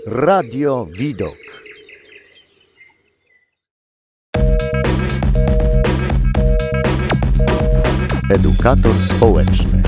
Radio Widok. Edukator społeczny.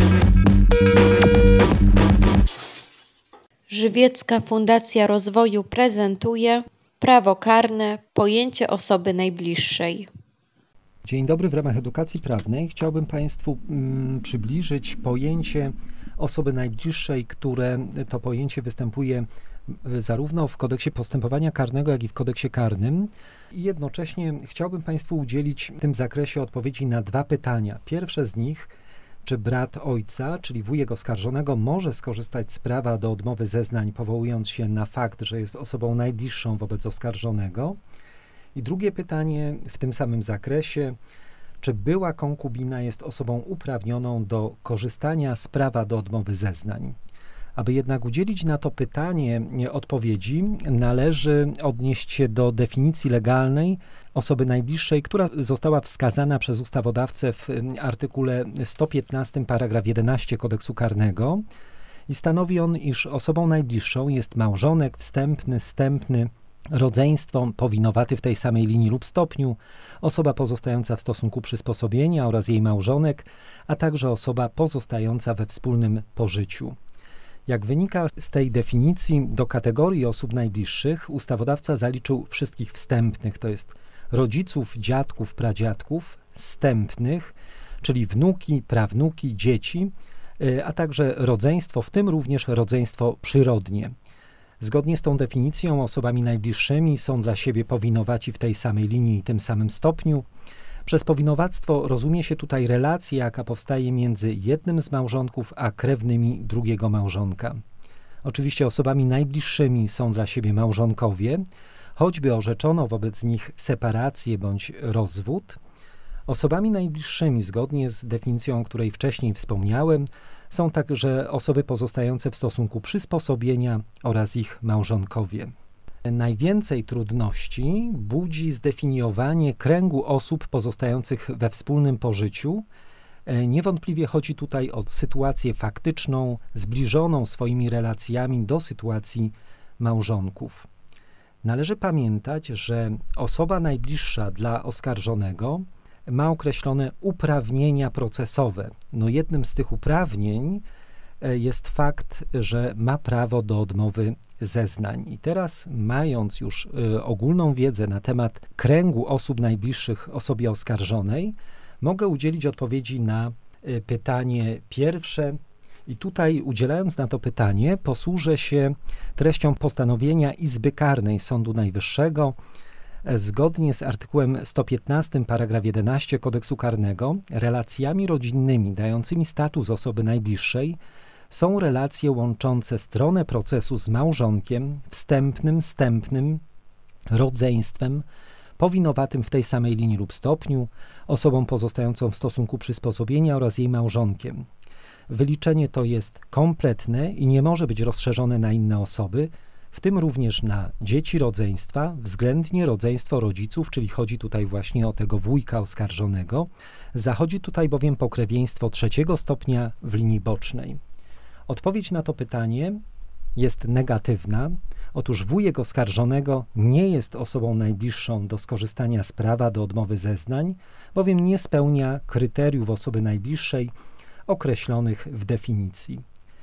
Żywiecka Fundacja Rozwoju prezentuje Prawo karne – pojęcie osoby najbliższej. Dzień dobry, w ramach edukacji prawnej chciałbym Państwu przybliżyć pojęcie osoby najbliższej, które to pojęcie występuje zarówno w Kodeksie Postępowania Karnego, jak i w Kodeksie Karnym. I jednocześnie chciałbym Państwu udzielić w tym zakresie odpowiedzi na dwa pytania. Pierwsze z nich, czy brat ojca, czyli wujek oskarżonego, może skorzystać z prawa do odmowy zeznań, powołując się na fakt, że jest osobą najbliższą wobec oskarżonego. I drugie pytanie w tym samym zakresie, czy była konkubina jest osobą uprawnioną do korzystania z prawa do odmowy zeznań. Aby jednak udzielić na to pytanie odpowiedzi, należy odnieść się do definicji legalnej osoby najbliższej, która została wskazana przez ustawodawcę w artykule 115 paragraf 11 Kodeksu Karnego i stanowi on, iż osobą najbliższą jest małżonek, wstępny, zstępny, rodzeństwo, powinowaty w tej samej linii lub stopniu, osoba pozostająca w stosunku przysposobienia oraz jej małżonek, a także osoba pozostająca we wspólnym pożyciu. Jak wynika z tej definicji, do kategorii osób najbliższych ustawodawca zaliczył wszystkich wstępnych, to jest rodziców, dziadków, pradziadków, zstępnych, czyli wnuki, prawnuki, dzieci, a także rodzeństwo, w tym również rodzeństwo przyrodnie. Zgodnie z tą definicją osobami najbliższymi są dla siebie powinowaci w tej samej linii i tym samym stopniu. Przez powinowactwo rozumie się tutaj relację, jaka powstaje między jednym z małżonków a krewnymi drugiego małżonka. Oczywiście osobami najbliższymi są dla siebie małżonkowie, choćby orzeczono wobec nich separację bądź rozwód. Osobami najbliższymi, zgodnie z definicją, o której wcześniej wspomniałem, są także osoby pozostające w stosunku przysposobienia oraz ich małżonkowie. Najwięcej trudności budzi zdefiniowanie kręgu osób pozostających we wspólnym pożyciu. Niewątpliwie chodzi tutaj o sytuację faktyczną, zbliżoną swoimi relacjami do sytuacji małżonków. Należy pamiętać, że osoba najbliższa dla oskarżonego ma określone uprawnienia procesowe. Jednym z tych uprawnień jest fakt, że ma prawo do odmowy zeznań. I teraz, mając już ogólną wiedzę na temat kręgu osób najbliższych osobie oskarżonej, mogę udzielić odpowiedzi na pytanie pierwsze. I tutaj, udzielając na to pytanie, posłużę się treścią postanowienia Izby Karnej Sądu Najwyższego. Zgodnie z artykułem 115 paragraf 11 Kodeksu Karnego, relacjami rodzinnymi dającymi status osoby najbliższej są relacje łączące stronę procesu z małżonkiem, wstępnym, zstępnym, rodzeństwem, powinowatym w tej samej linii lub stopniu, osobą pozostającą w stosunku przysposobienia oraz jej małżonkiem. Wyliczenie to jest kompletne i nie może być rozszerzone na inne osoby, w tym również na dzieci rodzeństwa, względnie rodzeństwo rodziców, czyli chodzi tutaj właśnie o tego wujka oskarżonego. Zachodzi tutaj bowiem pokrewieństwo trzeciego stopnia w linii bocznej. Odpowiedź na to pytanie jest negatywna. Otóż wujek oskarżonego nie jest osobą najbliższą do skorzystania z prawa do odmowy zeznań, bowiem nie spełnia kryteriów osoby najbliższej określonych w definicji.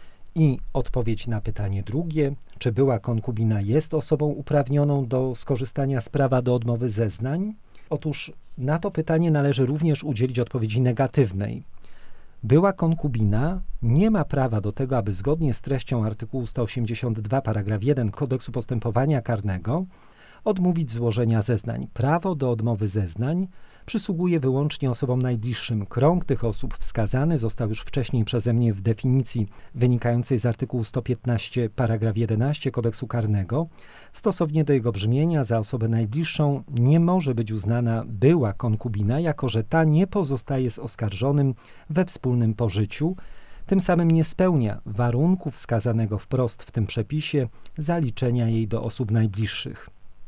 I odpowiedź na pytanie drugie, czy była konkubina jest osobą uprawnioną do skorzystania z prawa do odmowy zeznań? Otóż na to pytanie należy również udzielić odpowiedzi negatywnej. Była konkubina nie ma prawa do tego, aby zgodnie z treścią artykułu 182 paragraf 1 Kodeksu Postępowania Karnego odmówić złożenia zeznań. Prawo do odmowy zeznań przysługuje wyłącznie osobom najbliższym. Krąg tych osób wskazany został już wcześniej przeze mnie w definicji wynikającej z artykułu 115 paragraf 11 Kodeksu Karnego. Stosownie do jego brzmienia za osobę najbliższą nie może być uznana była konkubina, jako że ta nie pozostaje z oskarżonym we wspólnym pożyciu, tym samym nie spełnia warunku wskazanego wprost w tym przepisie zaliczenia jej do osób najbliższych.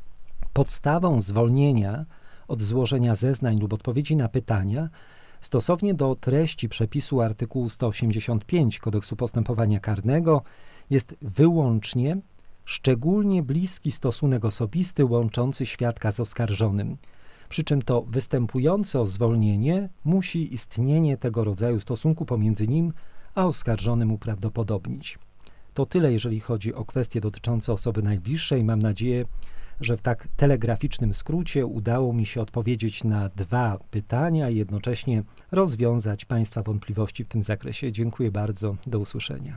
Podstawą zwolnienia od złożenia zeznań lub odpowiedzi na pytania, stosownie do treści przepisu artykułu 185 Kodeksu Postępowania Karnego, jest wyłącznie szczególnie bliski stosunek osobisty łączący świadka z oskarżonym. Przy czym to występujące o zwolnienie musi istnienie tego rodzaju stosunku pomiędzy nim a oskarżonym uprawdopodobnić. To tyle, jeżeli chodzi o kwestie dotyczące osoby najbliższej. Mam nadzieję, że w tak telegraficznym skrócie udało mi się odpowiedzieć na 2 pytania i jednocześnie rozwiązać Państwa wątpliwości w tym zakresie. Dziękuję bardzo. Do usłyszenia.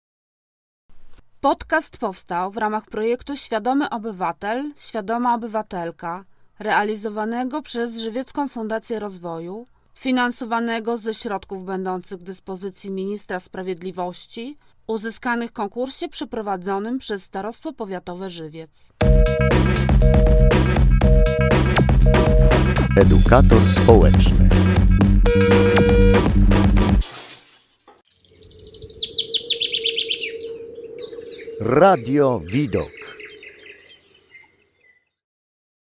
Podcast powstał w ramach projektu Świadomy Obywatel, Świadoma Obywatelka, realizowanego przez Żywiecką Fundację Rozwoju, finansowanego ze środków będących w dyspozycji Ministra Sprawiedliwości, uzyskanych w konkursie przeprowadzonym przez Starostwo Powiatowe Żywiec. Edukator społeczny. Radio Widok.